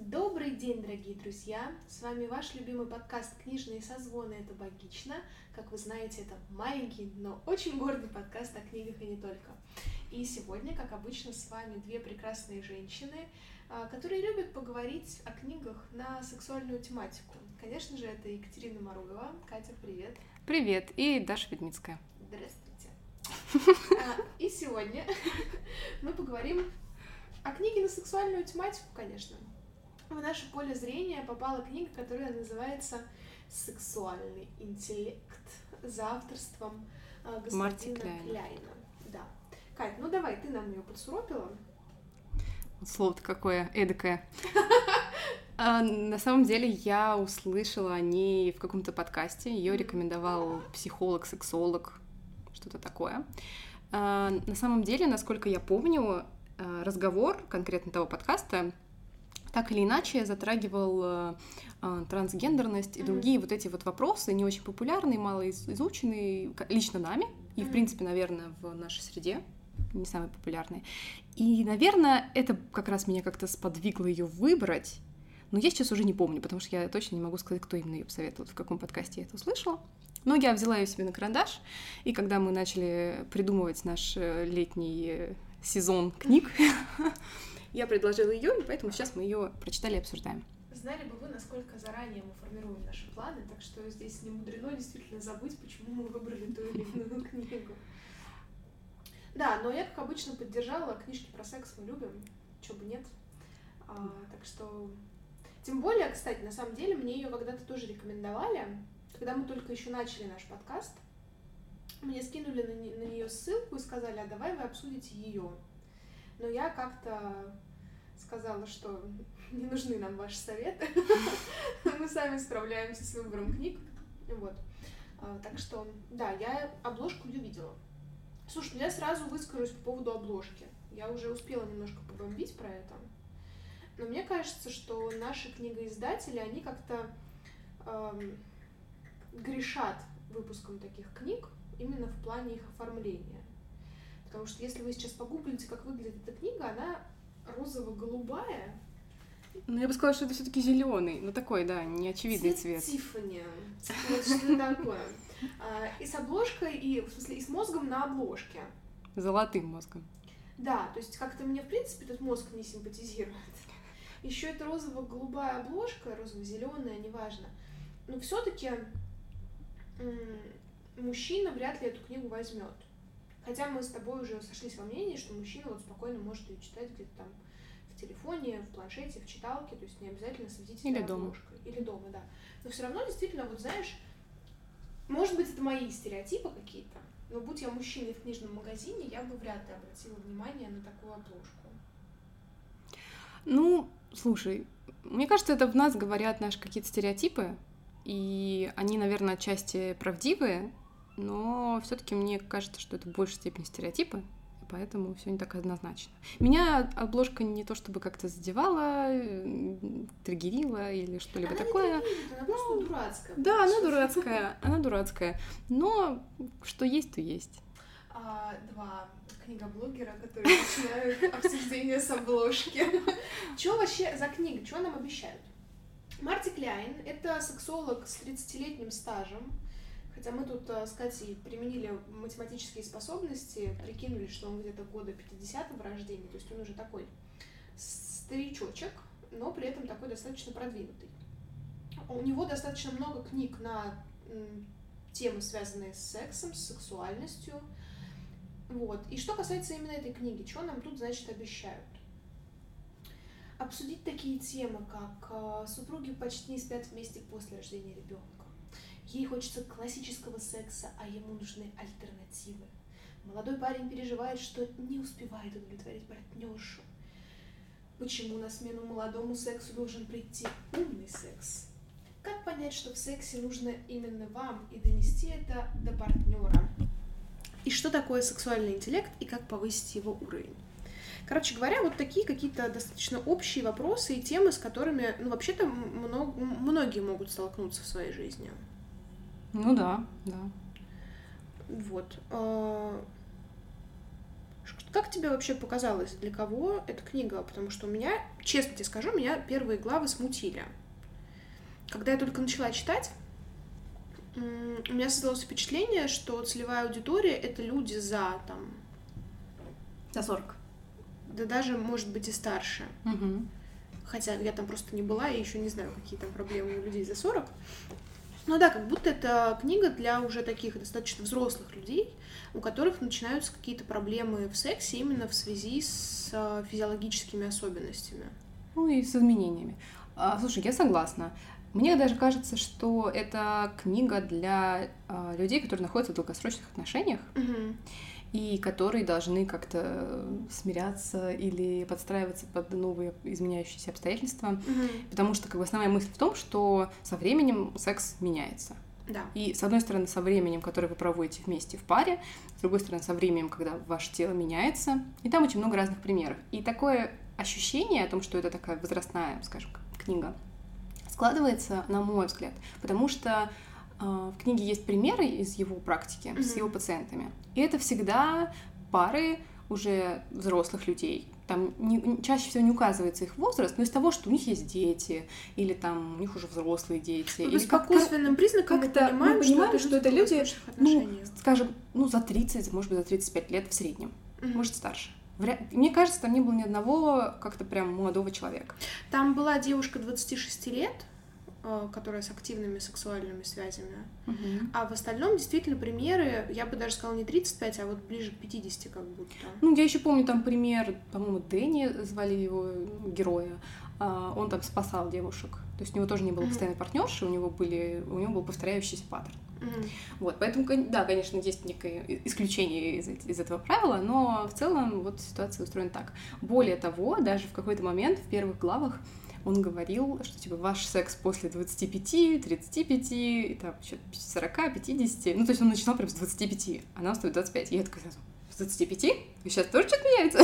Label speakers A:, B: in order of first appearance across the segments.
A: Добрый день, дорогие друзья! С вами ваш любимый подкаст «Книжные созвоны. Это богично». Как вы знаете, это маленький, но очень гордый подкаст о книгах и не только. И сегодня, как обычно, с вами две прекрасные женщины, которые любят поговорить о книгах на сексуальную тематику. Конечно же, это Екатерина Маруева. Катя, привет!
B: Привет! И Даша Ведмицкая.
A: Здравствуйте! И сегодня мы поговорим о книге на сексуальную тематику, конечно. В наше поле зрения попала книга, которая называется «Сексуальный интеллект» за авторством господина Кляйна. Да. Кать, ну давай, ты нам ее подсуропила.
B: Слово-то какое эдакое. На самом деле я услышала о ней в каком-то подкасте. Ее рекомендовал психолог, сексолог, что-то такое. На самом деле, насколько я помню, разговор конкретно того подкаста так или иначе затрагивал трансгендерность и другие вот эти вот вопросы, не очень популярные, мало изученные лично нами и, в принципе, наверное, в нашей среде, не самые популярные. И, наверное, это как раз меня как-то сподвигло ее выбрать, но я сейчас уже не помню, потому что я точно не могу сказать, кто именно ее посоветовал, в каком подкасте я это услышала. Но я взяла ее себе на карандаш, и когда мы начали придумывать наш летний сезон книг, я предложила ее, и поэтому сейчас мы ее прочитали и обсуждаем.
A: Знали бы вы, насколько заранее мы формируем наши планы, так что здесь не мудрено действительно забыть, почему мы выбрали ту или иную книгу. Да, но я, как обычно, поддержала. Книжки про секс мы любим, чего бы нет. Так что... Тем более, кстати, на самом деле, мне ее когда-то тоже рекомендовали. Когда мы только еще начали наш подкаст, мне скинули на нее ссылку и сказали, а давай вы обсудите ее. Но я как-то сказала, что не нужны нам ваши советы. Мы сами справляемся с выбором книг. Вот. Так что, да, я обложку ее видела. Слушай, ну я сразу выскажусь по поводу обложки. Я уже успела немножко побомбить про это. Но мне кажется, что наши книгоиздатели, они как-то грешат выпуском таких книг именно в плане их оформления. Потому что если вы сейчас погуглите, как выглядит эта книга, она розово-голубая.
B: Ну, я бы сказала, что это все-таки зеленый, но такой, да, неочевидный цвет.
A: Тиффани. Вот что это такое. И с обложкой, и, в смысле, и с мозгом на обложке.
B: Золотым мозгом.
A: Да, то есть как-то мне, в принципе, этот мозг не симпатизирует. Еще это розово-голубая обложка, розово-зеленая, неважно. Но все-таки мужчина вряд ли эту книгу возьмет. Хотя мы с тобой уже сошлись во мнении, что мужчина вот спокойно может ее читать где-то там в телефоне, в планшете, в читалке, то есть не обязательно следить за обложкой. Или дома, да. Но все равно действительно, вот знаешь, может быть, это мои стереотипы какие-то, но будь я мужчиной в книжном магазине, я бы вряд ли обратила внимание на такую обложку.
B: Ну, слушай, мне кажется, это в нас говорят наши какие-то стереотипы, и они, наверное, отчасти правдивые, но все-таки мне кажется, что это в большей степени стереотипы, и поэтому все не так однозначно. Меня обложка не то чтобы как-то задевала, триггерила или что-либо такое.
A: Она просто дурацкая.
B: Да, она дурацкая, но что есть, то есть.
A: Два книгоблогера, которые начинают обсуждение с обложки. Что вообще за книга? Что нам обещают? Марти Кляйн — это сексолог с 30-летним стажем. Хотя мы тут с Катей применили математические способности, прикинули, что он где-то года 50-го рождения, то есть он уже такой старичочек, но при этом такой достаточно продвинутый. У него достаточно много книг на темы, связанные с сексом, с сексуальностью. Вот. И что касается именно этой книги, что нам тут, значит, обещают? Обсудить такие темы, как супруги почти не спят вместе после рождения ребенка. Ей хочется классического секса, а ему нужны альтернативы. Молодой парень переживает, что не успевает удовлетворить партнершу. Почему на смену молодому сексу должен прийти умный секс? Как понять, что в сексе нужно именно вам, и донести это до партнера? И что такое сексуальный интеллект, и как повысить его уровень? Короче говоря, вот такие какие-то достаточно общие вопросы и темы, с которыми, ну, вообще-то, многие могут столкнуться в своей жизни.
B: Ну да, да.
A: Вот. Как тебе вообще показалось, для кого эта книга? Потому что у меня, честно тебе скажу, меня первые главы смутили. Когда я только начала читать, у меня создалось впечатление, что целевая аудитория — это люди за
B: 40.
A: Да даже, может быть, и старше.
B: Угу.
A: Хотя я там просто не была, и еще не знаю, какие там проблемы у людей за 40. Ну да, как будто это книга для уже таких достаточно взрослых людей, у которых начинаются какие-то проблемы в сексе именно в связи с физиологическими особенностями.
B: Ну и с изменениями. Слушай, я согласна. Мне даже кажется, что это книга для людей, которые находятся в долгосрочных отношениях, и которые должны как-то смиряться или подстраиваться под новые изменяющиеся обстоятельства. Потому что основная мысль в том, что со временем секс меняется.
A: Да.
B: И, с одной стороны, со временем, которое вы проводите вместе в паре, с другой стороны, со временем, когда ваше тело меняется. И там очень много разных примеров. И такое ощущение о том, что это такая возрастная, скажем, книга, складывается, на мой взгляд, потому что в книге есть примеры из его практики с его пациентами. И это всегда пары уже взрослых людей. Там чаще всего не указывается их возраст, но из того, что у них есть дети, или там у них уже взрослые дети.
A: Или по косвенным признакам мы понимаем, что это люди,
B: скажем, за 30, может быть, за 35 лет в среднем, может, старше. Мне кажется, там не было ни одного как-то прям молодого человека.
A: Там была девушка 26 лет, которая с активными сексуальными связями. А в остальном действительно примеры, я бы даже сказала, не 35, а вот ближе к 50 как будто.
B: Я еще помню там пример, по-моему, Дэнни звали его героя. Он там спасал девушек. То есть у него тоже не было постоянной партнерши, у него был повторяющийся паттерн. Вот, поэтому, да, конечно, есть некое исключение из этого правила, но в целом вот ситуация устроена так. Более того, даже в какой-то момент в первых главах он говорил, что типа ваш секс после 25, 35, и там еще 40, 50. То есть он начинал прям с 25, а нам стоит 25. И я такая сразу, с 25? И сейчас тоже что-то меняется?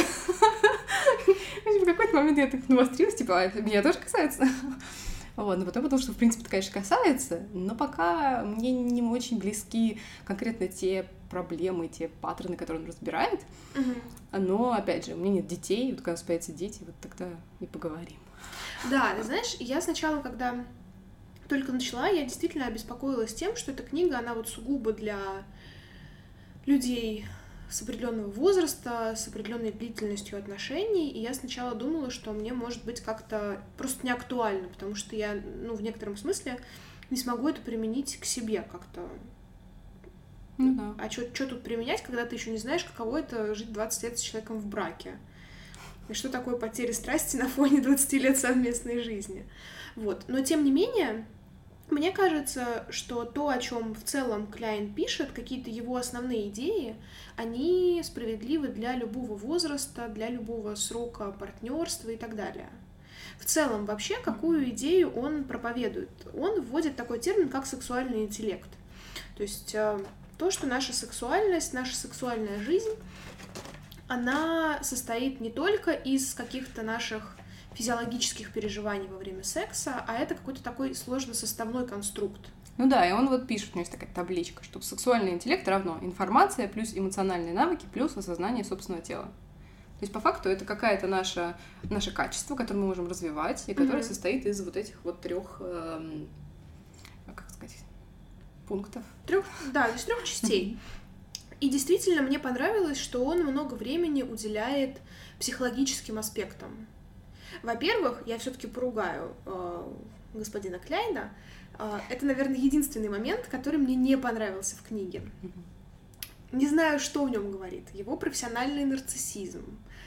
B: В какой-то момент я так навострилась, типа, меня тоже касается. Вот, но потом, потому что, в принципе, это, конечно, касается, но пока мне не очень близки конкретно те проблемы, те паттерны, которые он разбирает. Но, опять же, у меня нет детей, вот когда у нас появятся дети, вот тогда и поговорим.
A: Да, ты знаешь, я сначала, когда только начала, я действительно обеспокоилась тем, что эта книга, она вот сугубо для людей с определенного возраста, с определенной длительностью отношений, и я сначала думала, что мне может быть как-то просто не актуально, потому что я, в некотором смысле не смогу это применить к себе как-то.
B: Да.
A: А что тут применять, когда ты еще не знаешь, каково это жить 20 лет с человеком в браке? И что такое потеря страсти на фоне 20 лет совместной жизни? Вот. Но, тем не менее, мне кажется, что то, о чем в целом Кляйн пишет, какие-то его основные идеи, они справедливы для любого возраста, для любого срока партнерства и так далее. В целом, вообще, какую идею он проповедует? Он вводит такой термин, как сексуальный интеллект. То есть то, что наша сексуальность, наша сексуальная жизнь, она состоит не только из каких-то наших физиологических переживаний во время секса, а это какой-то такой сложно-составной конструкт.
B: Да, и он вот пишет, у него есть такая табличка, что сексуальный интеллект равно информация плюс эмоциональные навыки плюс осознание собственного тела. То есть, по факту, это какое-то наше качество, которое мы можем развивать, и которое состоит из вот этих вот 3, пунктов.
A: Из 3 частей. И действительно, мне понравилось, что он много времени уделяет психологическим аспектам. Во-первых, я все-таки поругаю господина Кляйна. Это, наверное, единственный момент, который мне не понравился в книге. Не знаю, что в нем говорит. Его профессиональный нарциссизм.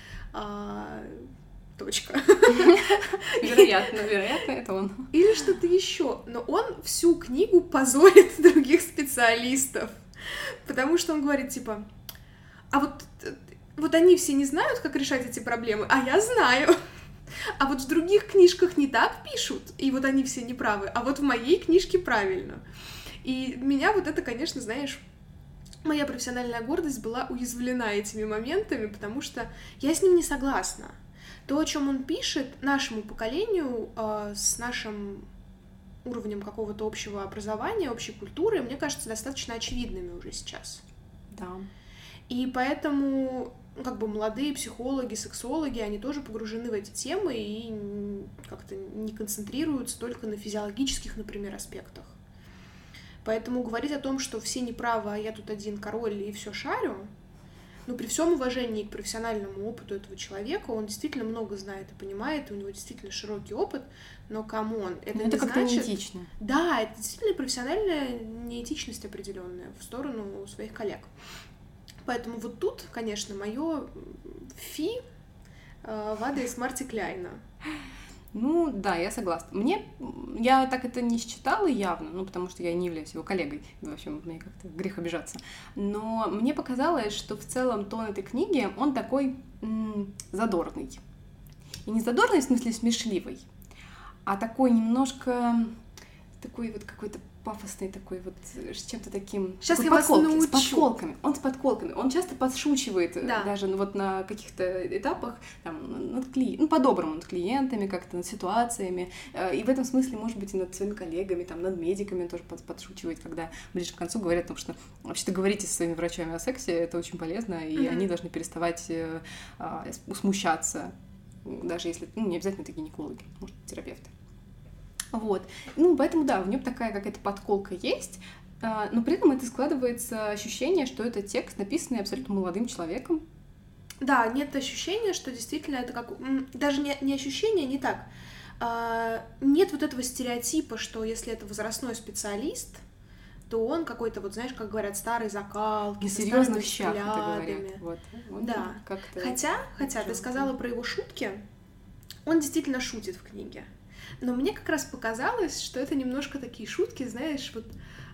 A: Точка.
B: Вероятно, это он.
A: Или что-то еще. Но он всю книгу позорит других специалистов. Потому что он говорит, типа, а вот они все не знают, как решать эти проблемы, а я знаю. А вот в других книжках не так пишут, и вот они все неправы, а вот в моей книжке правильно. И меня вот это, конечно, знаешь, моя профессиональная гордость была уязвлена этими моментами, потому что я с ним не согласна. То, о чем он пишет нашему поколению, с нашим уровнем какого-то общего образования, общей культуры, мне кажется, достаточно очевидными уже сейчас.
B: Да.
A: И поэтому как бы молодые психологи, сексологи, они тоже погружены в эти темы и как-то не концентрируются только на физиологических, например, аспектах. Поэтому говорить о том, что все неправы, а я тут один король и все шарю, ну, при всем уважении к профессиональному опыту этого человека, он действительно много знает и понимает, и у него действительно широкий опыт, но камон, это не
B: как-то
A: значит...
B: неэтично.
A: Да, это действительно профессиональная неэтичность определенная в сторону своих коллег. Поэтому вот тут, конечно, мое фи в адрес Марти Кляйна.
B: Ну, да, я согласна. Я так это не считала явно, ну, потому что я не являюсь его коллегой, в общем, мне как-то грех обижаться. Но мне показалось, что в целом тон этой книги, он такой задорный. И не задорный в смысле смешливый, а такой немножко, такой вот какой-то пафосный такой вот, с чем-то таким...
A: Сейчас я вас научу.
B: С подколками. Он с подколками. Он часто подшучивает,
A: да.
B: даже вот на каких-то этапах, там, по-доброму над клиентами, как-то над ситуациями. И в этом смысле, может быть, и над своими коллегами, там, над медиками он тоже подшучивает, когда ближе к концу говорят о том, что вообще-то говорите со своими врачами о сексе, это очень полезно, и они должны переставать смущаться, даже если, не обязательно это гинекологи, может, терапевты. Вот. Ну, поэтому, да, в нем такая какая-то подколка есть, но при этом это складывается ощущение, что это текст, написанный абсолютно молодым человеком.
A: Да, нет ощущения, что действительно это как... Даже не ощущение, не так. Нет вот этого стереотипа, что если это возрастной специалист, то он какой-то, вот знаешь, как говорят, старый закалки, со старыми взглядами.
B: Вот.
A: Да. Хотя ты сказала про его шутки, он действительно шутит в книге. Но мне как раз показалось, что это немножко такие шутки, знаешь, вот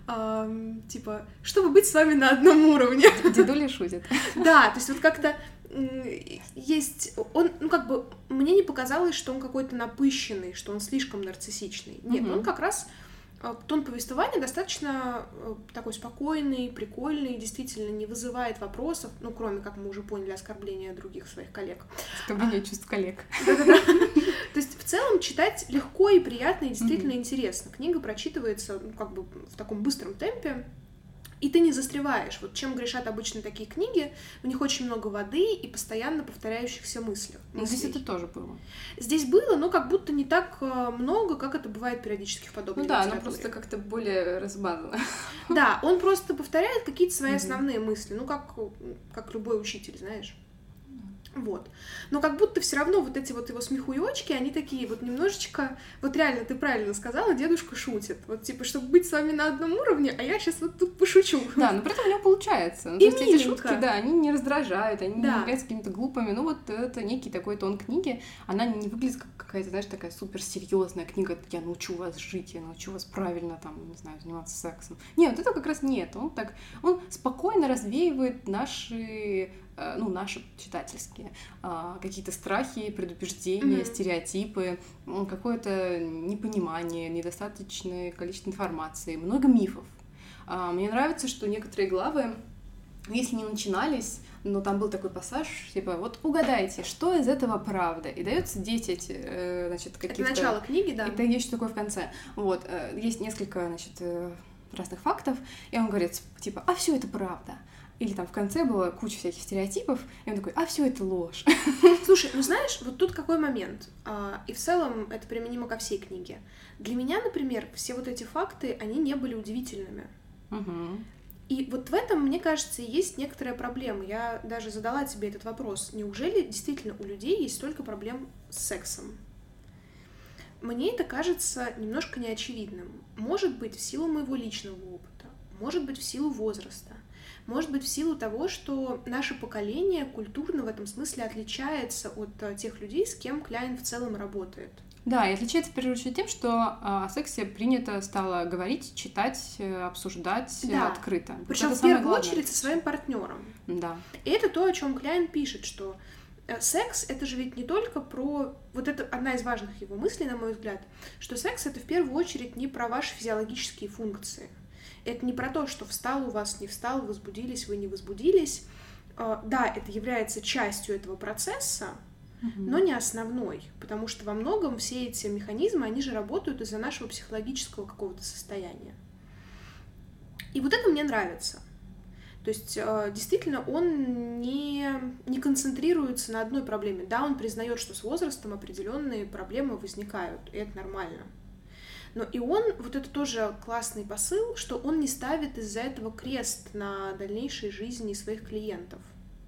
A: типа, чтобы быть с вами на одном уровне.
B: Дедуля шутит.
A: Да, то есть вот как-то есть... Он, ну как бы, мне не показалось, что он какой-то напыщенный, что он слишком нарциссичный. Нет, он как раз... Тон повествования достаточно такой спокойный, прикольный, действительно не вызывает вопросов, ну, кроме, как мы уже поняли, оскорбления других своих коллег.
B: Оскорбление чувств коллег.
A: Да-да-да. То есть, в целом, читать легко и приятно, и действительно интересно. Книга прочитывается, ну, как бы в таком быстром темпе, и ты не застреваешь. Вот чем грешат обычно такие книги, в них очень много воды и постоянно повторяющихся мыслей.
B: Здесь это тоже было.
A: Здесь было, но как будто не так много, как это бывает периодически в подобной литературе.
B: Ну да, оно просто как-то более разбазано.
A: Да, он просто повторяет какие-то свои основные мысли, ну как любой учитель, знаешь. Вот. Но как будто все равно вот эти вот его смехуёчки, они такие вот немножечко... Вот реально, ты правильно сказала, дедушка шутит. Вот типа, чтобы быть с вами на одном уровне, а я сейчас вот тут пошучу.
B: Да, но при этом у него получается.
A: И
B: то есть эти шутки, да, они не раздражают, они не являются какими-то глупыми. Ну вот это некий такой тон книги. Она не выглядит как какая-то, знаешь, такая суперсерьезная книга. Я научу вас жить, я научу вас правильно, там, не знаю, заниматься сексом. Нет, вот это как раз нет. Он спокойно развеивает наши читательские, какие-то страхи, предубеждения, стереотипы, какое-то непонимание, недостаточное количество информации, много мифов. Мне нравится, что некоторые главы, если не начинались, но там был такой пассаж, типа, вот угадайте, что из этого правда, и дается 10, значит, каких-то...
A: Это начало книги, да.
B: Это есть такое в конце. Вот, есть несколько, значит, разных фактов, и он говорит, типа, а все это правда. Или там в конце было куча всяких стереотипов, и он такой, а все это ложь.
A: Слушай, ну знаешь, вот тут какой момент, и в целом это применимо ко всей книге. Для меня, например, все вот эти факты, они не были удивительными. И вот в этом, мне кажется, есть некоторая проблема. Я даже задала тебе этот вопрос. Неужели действительно у людей есть столько проблем с сексом? Мне это кажется немножко неочевидным. Может быть, в силу моего личного опыта, может быть, в силу возраста, может быть, в силу того, что наше поколение культурно в этом смысле отличается от тех людей, с кем Кляйн в целом работает.
B: Да, и отличается в первую очередь тем, что о сексе принято стало говорить, читать, обсуждать открыто.
A: Причем в первую очередь со своим партнером.
B: Да.
A: И это то, о чем Кляйн пишет, что секс — это же ведь не только про... Вот это одна из важных его мыслей, на мой взгляд, что секс — это в первую очередь не про ваши физиологические функции. Это не про то, что встал у вас, не встал, возбудились, вы не возбудились. Да, это является частью этого процесса, но не основной, потому что во многом все эти механизмы, они же работают из-за нашего психологического какого-то состояния. И вот это мне нравится. То есть действительно он не концентрируется на одной проблеме. Да, он признает, что с возрастом определенные проблемы возникают, и это нормально. Но и он, вот это тоже классный посыл, что он не ставит из-за этого крест на дальнейшей жизни своих клиентов.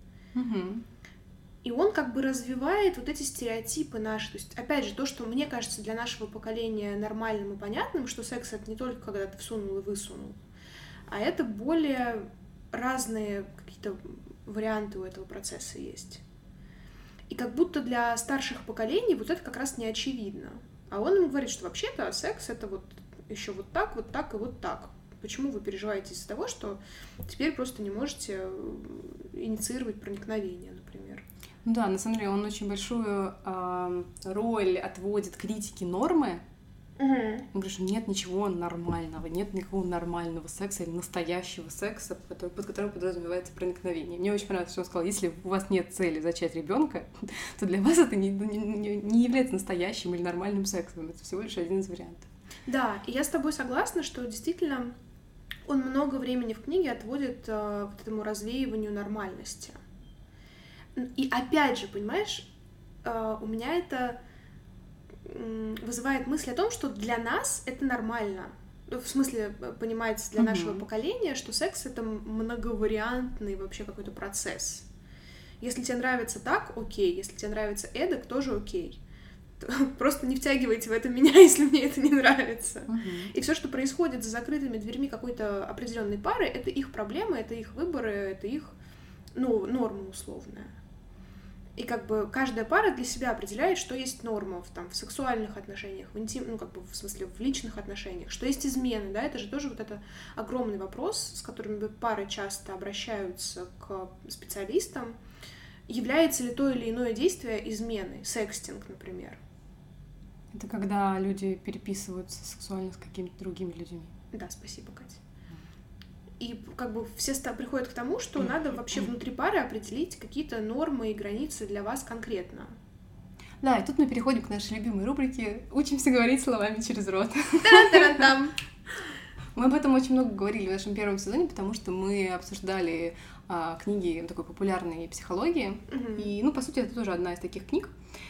A: И он как бы развивает вот эти стереотипы наши. То есть, опять же, то, что мне кажется для нашего поколения нормальным и понятным, что секс — это не только когда ты всунул и высунул, а это более разные какие-то варианты у этого процесса есть. И как будто для старших поколений вот это как раз не очевидно. А он им говорит, что вообще-то секс — это вот еще вот так и вот так. Почему вы переживаете из-за того, что теперь просто не можете инициировать проникновение, например?
B: Да, на самом деле он очень большую роль отводит критике нормы. Он говорит, что нет ничего нормального, нет никакого нормального секса или настоящего секса, под которым подразумевается проникновение. Мне очень понравилось, что он сказал, если у вас нет цели зачать ребенка, то для вас это не является настоящим или нормальным сексом. Это всего лишь один из вариантов.
A: Да, и я с тобой согласна, что действительно он много времени в книге отводит вот этому развеиванию нормальности. И опять же, понимаешь, у меня это вызывает мысль о том, что для нас это нормально. В смысле, понимается, для нашего поколения, что секс — это многовариантный вообще какой-то процесс. Если тебе нравится так, окей. Если тебе нравится эдак, тоже окей. Просто не втягивайте в это меня, если мне это не нравится. И все, что происходит за закрытыми дверьми какой-то определенной пары, это их проблемы, это их выборы, это их, норма условная. И как бы каждая пара для себя определяет, что есть норма в сексуальных отношениях, в смысле в личных отношениях, что есть измены, да, это же тоже вот это огромный вопрос, с которым пары часто обращаются к специалистам. Является ли то или иное действие изменой, секстинг, например?
B: Это когда люди переписываются сексуально с какими-то другими людьми.
A: Да, спасибо, Катя. И как бы все приходят к тому, что надо вообще внутри пары определить какие-то нормы и границы для вас конкретно.
B: Да, и тут мы переходим к нашей любимой рубрике «Учимся говорить словами через рот».
A: Та-та-та-там!
B: Мы об этом очень много говорили в нашем первом сезоне, потому что мы обсуждали книги такой популярной психологии. И, по сути, это тоже одна из таких книг.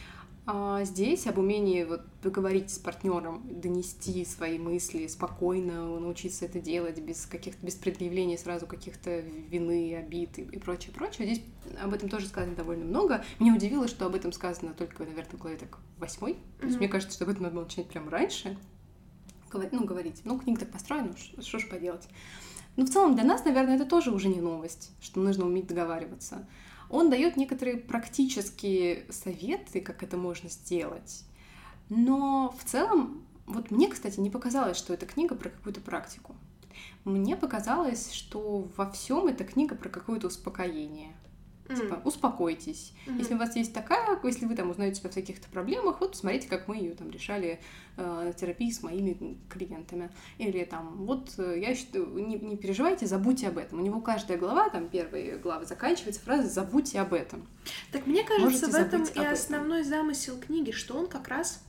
B: Здесь об умении поговорить с партнером, донести свои мысли спокойно, научиться это делать без предъявления сразу каких-то вины, обид и прочее. Здесь об этом тоже сказано довольно много. Меня удивило, что об этом сказано только, наверное, в главе 8. То есть мне кажется, что об этом надо было начинать прямо раньше. Говорить. Книга так построена, что ж поделать. Но в целом для нас, наверное, это тоже уже не новость, что нужно уметь договариваться. Он дает некоторые практические советы, как это можно сделать. Но в целом, мне, кстати, не показалось, что эта книга про какую-то практику. Мне показалось, что во всем эта книга про какое-то успокоение. Типа, успокойтесь. Если у вас есть такая, если вы узнаете себя в каких-то проблемах, посмотрите, как мы ее решали на терапии с моими клиентами. Или я считаю, не переживайте, забудьте об этом. У него каждая глава, первая глава заканчивается фразой «забудьте об этом».
A: Так мне кажется, в этом и основной замысел книги, что он как раз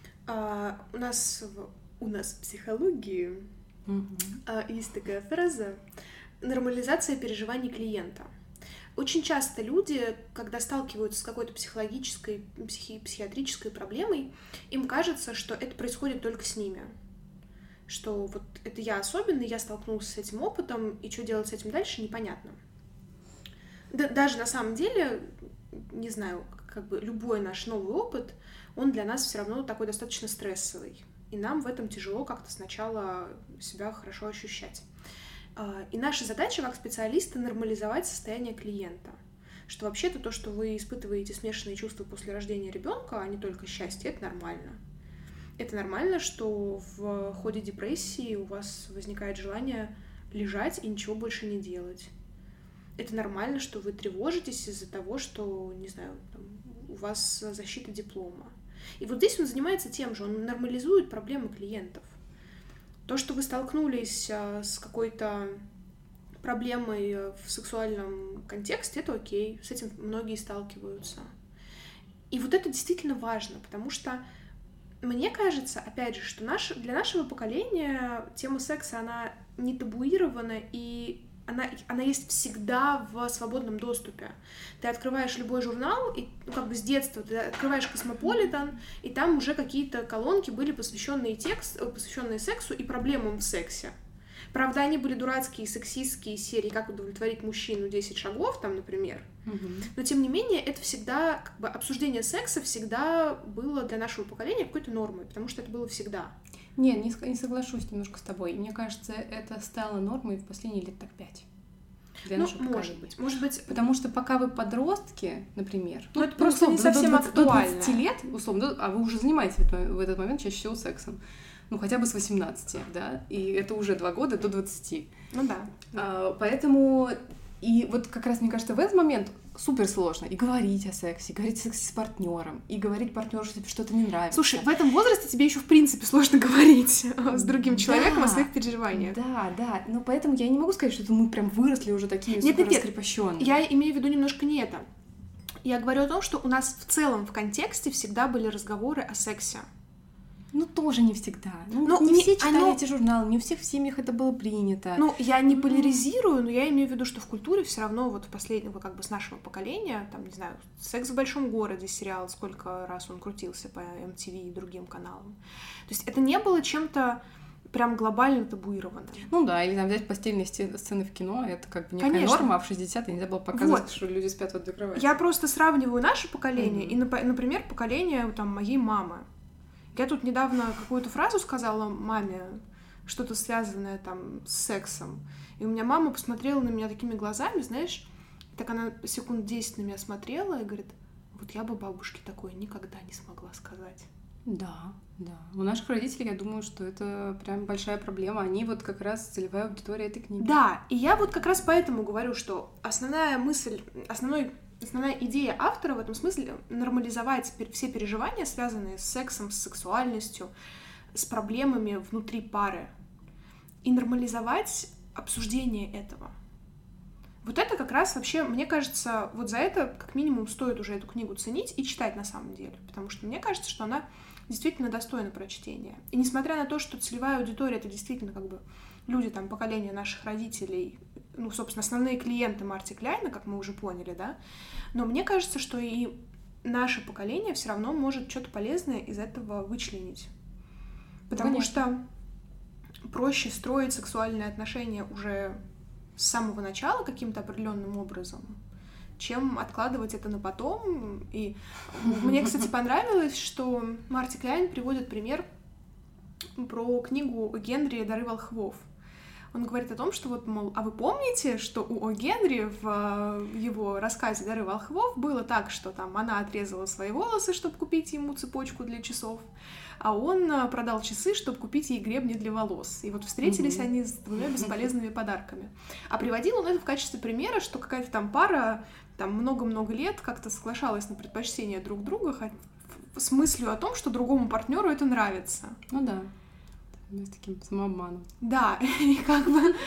A: у нас в психологии есть такая фраза «нормализация переживаний клиента». Очень часто люди, когда сталкиваются с какой-то психологической, психиатрической проблемой, им кажется, что это происходит только с ними. Что это я особенный, я столкнулся с этим опытом, и что делать с этим дальше, непонятно. Даже на самом деле, не знаю, любой наш новый опыт, он для нас все равно такой достаточно стрессовый. И нам в этом тяжело как-то сначала себя хорошо ощущать. И наша задача как специалиста — нормализовать состояние клиента. Что вообще-то то, что вы испытываете смешанные чувства после рождения ребенка, а не только счастье, это нормально. Это нормально, что в ходе депрессии у вас возникает желание лежать и ничего больше не делать. Это нормально, что вы тревожитесь из-за того, что, не знаю, у вас защита диплома. И здесь он занимается тем же, он нормализует проблемы клиентов. То, что вы столкнулись с какой-то проблемой в сексуальном контексте, это окей, с этим многие сталкиваются. И это действительно важно, потому что мне кажется, опять же, что для нашего поколения тема секса, она не табуирована, и она есть всегда в свободном доступе. Ты открываешь любой журнал, и как бы с детства ты открываешь Космополитен, и там уже какие-то колонки были посвященные сексу и проблемам в сексе. Правда, они были дурацкие, сексистские серии «Как удовлетворить мужчину 10 шагов», там, например. Но, тем не менее, это всегда, как бы, обсуждение секса всегда было для нашего поколения какой-то нормой, потому что это было всегда.
B: Не соглашусь немножко с тобой. Мне кажется, это стало нормой в последние лет так 5. Для нашего поколения.
A: Может быть.
B: Потому что пока вы подростки, например...
A: это просто не совсем актуально.
B: До 20 лет, условно, а вы уже занимаетесь в этот момент чаще всего сексом. Хотя бы с 18, да, и это уже 2 года до 20.
A: Да.
B: Поэтому, и вот как раз, мне кажется, в этот момент супер сложно и говорить о сексе, и говорить о сексе с партнером, и говорить партнеру, что тебе что-то не нравится.
A: Слушай, в этом возрасте тебе еще в принципе сложно говорить с другим человеком о своих переживаниях.
B: Да, но поэтому я не могу сказать, что мы прям выросли уже такими супер раскрепощенными.
A: Я имею в виду немножко не это. Я говорю о том, что у нас в целом в контексте всегда были разговоры о сексе.
B: Тоже не всегда. Не все читали эти журналы, не у всех в семьях это было принято.
A: Я не поляризирую, но я имею в виду, что в культуре все равно вот в последнего, как бы с нашего поколения, там, не знаю, «Секс в большом городе» сериал, сколько раз он крутился по MTV и другим каналам. То есть это не было чем-то прям глобально табуированным.
B: Или там взять постельные сцены в кино, это как бы некая норма, а в 60-е нельзя было показывать, что люди спят в одной кровати.
A: Я просто сравниваю наше поколение и, например, поколение там моей мамы. Я тут недавно какую-то фразу сказала маме, что-то связанное там с сексом, и у меня мама посмотрела на меня такими глазами, знаешь, так она секунд 10 на меня смотрела и говорит, вот я бы бабушке такое никогда не смогла сказать.
B: Да. У наших родителей, я думаю, что это прям большая проблема, они вот как раз целевая аудитория этой книги.
A: Да, и я вот как раз поэтому говорю, что основная идея автора в этом смысле — нормализовать все переживания, связанные с сексом, с сексуальностью, с проблемами внутри пары, и нормализовать обсуждение этого. Вот это как раз вообще, мне кажется, вот за это как минимум стоит уже эту книгу ценить и читать на самом деле, потому что мне кажется, что она действительно достойна прочтения. И несмотря на то, что целевая аудитория — это действительно как бы люди, там, поколения наших родителей, собственно, основные клиенты Марти Кляйна, как мы уже поняли, да, но мне кажется, что и наше поколение все равно может что-то полезное из этого вычленить. Потому что проще строить сексуальные отношения уже с самого начала каким-то определенным образом, чем откладывать это на потом. И мне, кстати, понравилось, что Марти Кляйн приводит пример про книгу Генри «Дары волхвов». Он говорит о том, что вот, мол, а вы помните, что у О. Генри в его рассказе «Дары волхвов» было так, что там она отрезала свои волосы, чтобы купить ему цепочку для часов, а он продал часы, чтобы купить ей гребни для волос. И вот встретились они с 2 бесполезными подарками. А приводил он это в качестве примера, что какая-то там пара там много-много лет как-то соглашалась на предпочтение друг друга с мыслью о том, что другому партнеру это нравится.
B: Да. С таким самообманом.
A: Да, и как бы,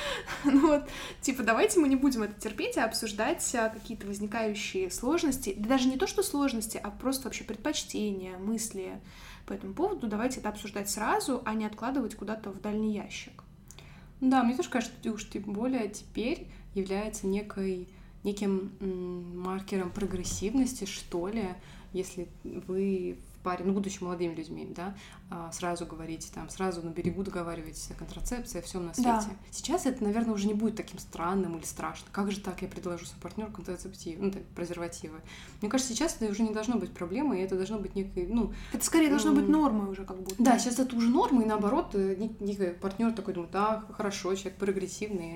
A: давайте мы не будем это терпеть, а обсуждать какие-то возникающие сложности, да даже не то, что сложности, а просто вообще предпочтения, мысли по этому поводу. Давайте это обсуждать сразу, а не откладывать куда-то в дальний ящик.
B: Да, мне тоже кажется, что уж тем более теперь является неким маркером прогрессивности, что ли, если вы в паре, будучи молодыми людьми, да, сразу говорите, там, сразу на берегу договариваетесь о контрацепции, о всем на свете. Да. Сейчас это, наверное, уже не будет таким странным или страшным. Как же так я предложу своему партнеру контрацептивы, презервативы? Мне кажется, сейчас это уже не должно быть проблемой, и это должно быть некой,
A: это скорее должно быть нормой уже как будто.
B: Да, сейчас это уже норма, и наоборот, некий партнер такой думает, да, хорошо, человек прогрессивный,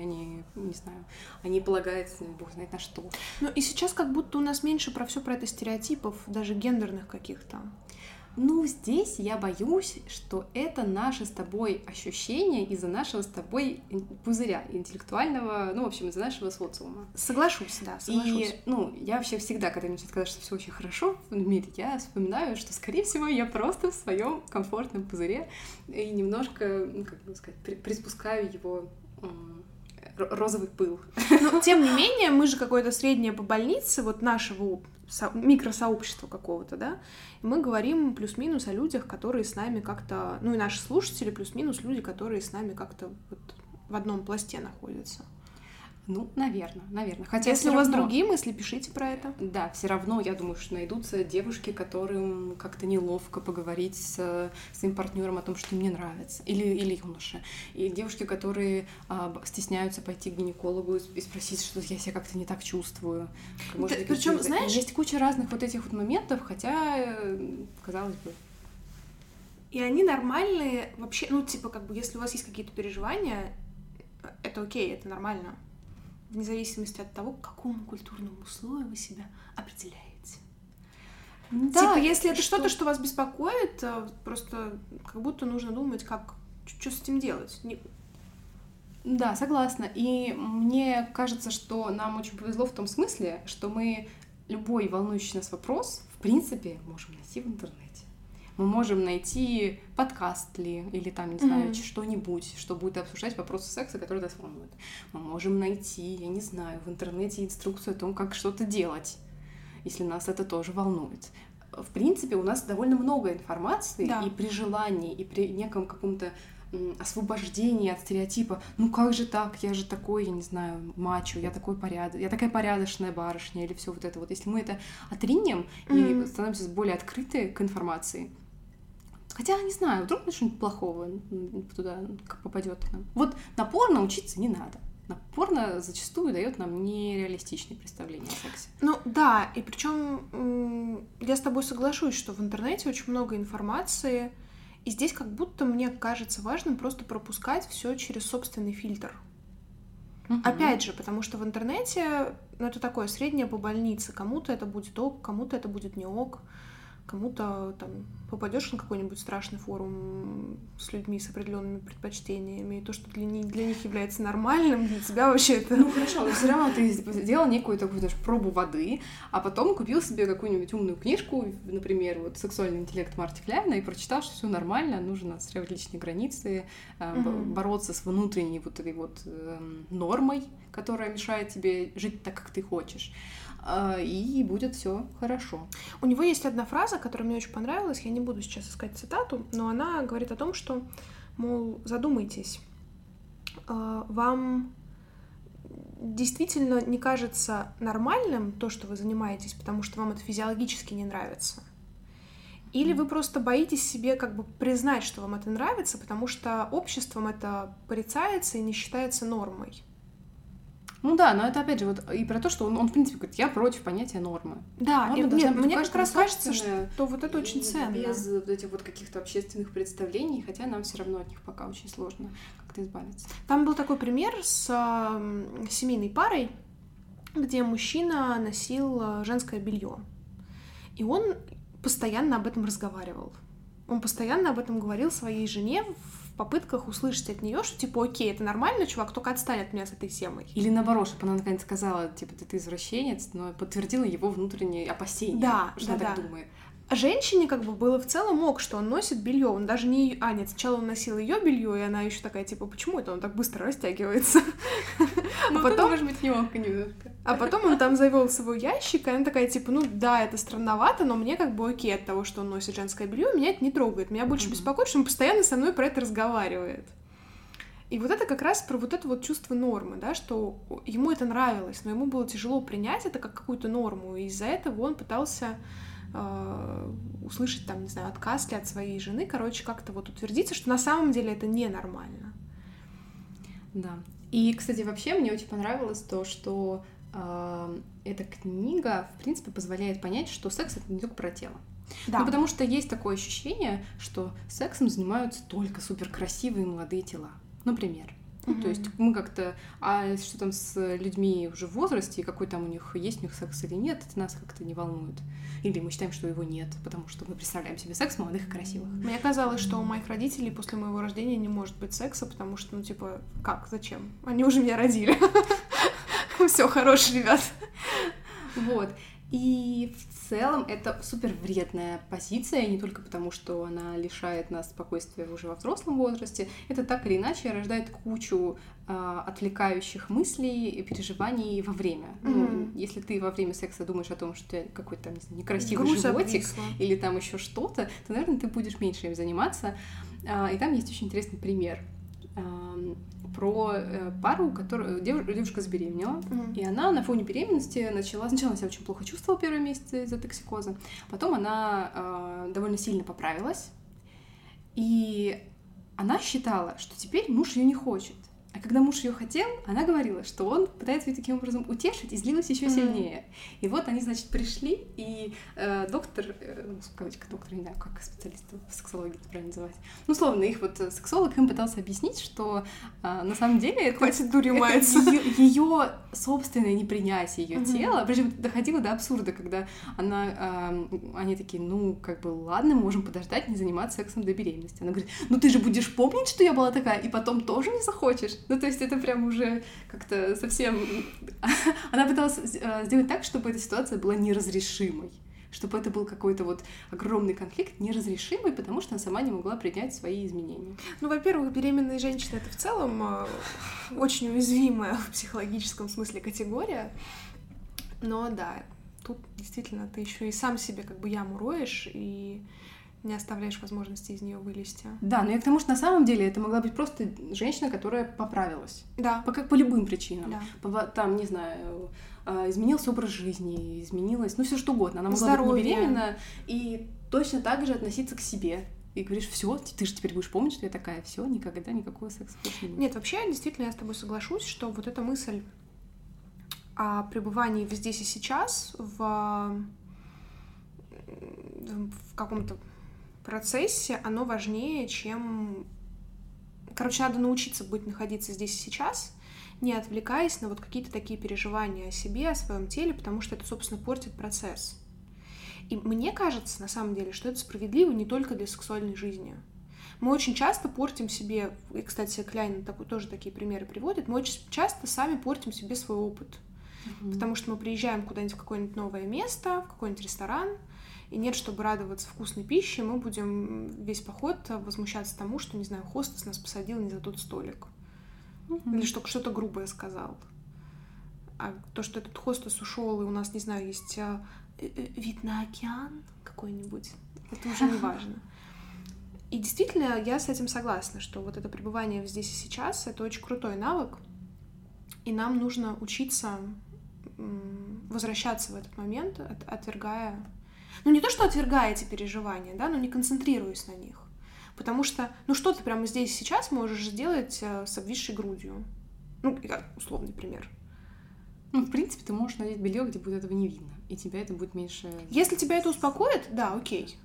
B: они полагаются, бог знает на что.
A: И сейчас как будто у нас меньше про это стереотипов, даже гендерных каких-то.
B: Здесь я боюсь, что это наше с тобой ощущение из-за нашего с тобой пузыря интеллектуального, в общем, из-за нашего социума.
A: Соглашусь.
B: И, я вообще всегда, когда мне сказать, что все очень хорошо в мире, я вспоминаю, что, скорее всего, я просто в своем комфортном пузыре и немножко, приспускаю его розовый пыл.
A: Тем не менее, мы же какое-то среднее по больнице нашего микросообщества какого-то, да, и мы говорим плюс-минус о людях, которые с нами как-то, и наши слушатели плюс-минус люди, которые с нами как-то в одном пласте находятся.
B: Ну, наверное. Хотя
C: если у вас другие мысли, пишите про это.
B: Да, все равно, я думаю, что найдутся девушки, которым как-то неловко поговорить с своим партнером о том, что им не нравится, или юноши. И девушки, которые стесняются пойти к гинекологу и спросить, что я себя как-то не так чувствую.
C: Причем, знаешь,
B: есть куча разных вот этих вот моментов, хотя, казалось бы.
C: И они нормальные вообще, ну, типа, как бы, если у вас есть какие-то переживания, это окей, это нормально. Вне зависимости от того, к какому культурному слою вы себя определяете. Да, типа, если это что-то, что вас беспокоит, просто как будто нужно думать, что с этим делать.
B: Да, согласна. И мне кажется, что нам очень повезло в том смысле, что мы любой волнующий нас вопрос, в принципе, можем найти в интернете. Мы можем найти подкаст ли, или там, не знаю, что-нибудь, что будет обсуждать вопросы секса, которые нас волнуют. Мы можем найти, я не знаю, в интернете инструкцию о том, как что-то делать, если нас это тоже волнует. В принципе, у нас довольно много информации, и при желании, и при неком каком-то освобождении от стереотипа, ну как же так, я же такой, я не знаю, мачо, я такая порядочная барышня, или все вот это вот. Если мы это отринем и становимся более открыты к информации, хотя, не знаю, вдруг что-нибудь плохого туда попадет к нам. Вот на порно учиться не надо. На порно зачастую дает нам нереалистичные представления о сексе.
C: Ну да, и причем я с тобой соглашусь, что в интернете очень много информации, и здесь как будто мне кажется важным просто пропускать все через собственный фильтр. Опять же, потому что в интернете, ну, это такое среднее по больнице. Кому-то это будет ок, кому-то это будет не ок. Кому-то там попадешь на какой-нибудь страшный форум с людьми с определенными предпочтениями, и то, что для них является нормальным, для тебя вообще это...
B: Ну хорошо, но все равно ты сделал некую такую даже пробу воды, а потом купил себе какую-нибудь умную книжку, например, вот «Сексуальный интеллект» Марти Кляйна, и прочитал, что все нормально, нужно отстраивать личные границы, бороться с внутренней вот этой вот нормой, которая мешает тебе жить так, как ты хочешь. И будет все хорошо.
C: У него есть одна фраза, которая мне очень понравилась, я не буду сейчас искать цитату, но она говорит о том, что, мол, задумайтесь, вам действительно не кажется нормальным то, что вы занимаетесь, потому что вам это физиологически не нравится? Или вы просто боитесь себе как бы признать, что вам это нравится, потому что обществом это порицается и не считается нормой?
B: Ну да, но это опять же вот и про то, что он в принципе говорит, я против понятия нормы.
C: Да, мне как раз кажется, что вот это очень ценно.
B: Без вот этих вот каких-то общественных представлений, хотя нам все равно от них пока очень сложно как-то избавиться.
C: Там был такой пример с семейной парой, где мужчина носил женское белье, и он постоянно об этом разговаривал. Он постоянно об этом говорил своей жене в попытках услышать от нее, что типа, окей, это нормально, чувак, только отстань от меня с этой темой.
B: Или наоборот, чтобы она наконец сказала, типа, ты извращенец, но подтвердила его внутренние опасения, что она так думает.
C: Женщине как бы было в целом ок, что он носит белье. Он даже не... нет, сначала он носил ее белье, и она еще такая, типа, почему это он так быстро растягивается?
B: Ну, потом, может быть, не ок немножко.
C: А потом он там завел свой ящик, и она такая, типа, ну да, это странновато, но мне как бы окей от того, что он носит женское белье, меня это не трогает. Меня больше беспокоит, что он постоянно со мной про это разговаривает. И вот это как раз про вот это вот чувство нормы, да, что ему это нравилось, но ему было тяжело принять это как какую-то норму, и из-за этого он пытался услышать, там, не знаю, отказ ли от своей жены, короче, как-то вот утвердиться, что на самом деле это ненормально.
B: Да. И, кстати, вообще мне очень понравилось то, что эта книга, в принципе, позволяет понять, что секс — это не только про тело. Да. Ну, потому что есть такое ощущение, что сексом занимаются только суперкрасивые молодые тела. Например. Ну, то есть мы как-то... А что там с людьми уже в возрасте, и какой там есть у них секс или нет, это нас как-то не волнует. Или мы считаем, что его нет, потому что мы представляем себе секс молодых и красивых.
C: Мне казалось, что у моих родителей после моего рождения не может быть секса, потому что, ну, типа, как, зачем? Они уже меня родили. Все, хорошие ребят.
B: Вот. И в целом это супер вредная позиция, не только потому, что она лишает нас спокойствия уже во взрослом возрасте, это так или иначе рождает кучу отвлекающих мыслей и переживаний во время. Ну, если ты во время секса думаешь о том, что у тебя какой-то там, не знаю, некрасивый
C: грудь
B: животик
C: обвисла,
B: или там еще что-то, то, наверное, ты будешь меньше им заниматься. И там есть очень интересный пример. про пару, которую девушка забеременела, и она на фоне беременности сначала себя очень плохо чувствовала первые месяцы из-за токсикоза, потом она довольно сильно поправилась, и она считала, что теперь муж ее не хочет. А когда муж ее хотел, она говорила, что он пытается ее таким образом утешить, и злилась еще сильнее. И вот они, значит, пришли, и доктор, в кавычках доктор, не знаю, как специалист в сексологии это правильно называть, условно, их вот сексолог им пытался объяснить, что на самом деле это ее собственное непринятие ее тела, причем доходило до абсурда, когда они такие, ладно, можем подождать, не заниматься сексом до беременности. Она говорит, ты же будешь помнить, что я была такая, и потом тоже не захочешь. То есть это прям уже как-то совсем... Она пыталась сделать так, чтобы эта ситуация была неразрешимой, чтобы это был какой-то вот огромный конфликт неразрешимый, потому что она сама не могла принять свои изменения.
C: Во-первых, беременные женщины — это в целом очень уязвимая в психологическом смысле категория, но да, тут действительно ты еще и сам себе как бы яму роешь, и не оставляешь возможности из нее вылезти.
B: Да, но я к тому, что на самом деле это могла быть просто женщина, которая поправилась.
C: Да.
B: По любым причинам.
C: Да.
B: Там, не знаю, изменился образ жизни, изменилось, все что угодно. Она могла
C: Здоровье.
B: быть не беременна и точно так же относиться к себе. И говоришь, все, ты же теперь будешь помнить, что я такая, все, никогда никакого секса больше не будет.
C: Нет, вообще, действительно, я с тобой соглашусь, что вот эта мысль о пребывании здесь и сейчас в каком-то процессе, оно важнее, чем... надо научиться находиться здесь и сейчас, не отвлекаясь на вот какие-то такие переживания о себе, о своем теле, потому что это, собственно, портит процесс. И мне кажется, на самом деле, что это справедливо не только для сексуальной жизни. Мы очень часто портим себе, и, кстати, Кляйн тоже такие примеры приводит, мы очень часто сами портим себе свой опыт. Потому что мы приезжаем куда-нибудь в какое-нибудь новое место, в какой-нибудь ресторан, и нет, чтобы радоваться вкусной пище, мы будем весь поход возмущаться тому, что, не знаю, хостес нас посадил не за тот столик. Или что-то грубое сказал. А то, что этот хостес ушел, и у нас, не знаю, есть вид на океан какой-нибудь, это уже не важно. И действительно, я с этим согласна, что вот это пребывание здесь и сейчас — это очень крутой навык, и нам нужно учиться возвращаться в этот момент, отвергая... не то, что отвергая эти переживания, да, но не концентрируясь на них. Потому что, что ты прямо здесь и сейчас можешь сделать с обвисшей грудью? Условный пример.
B: В принципе, ты можешь надеть белье, где будет этого не видно, и тебя это будет меньше...
C: Если тебя это успокоит, да, окей.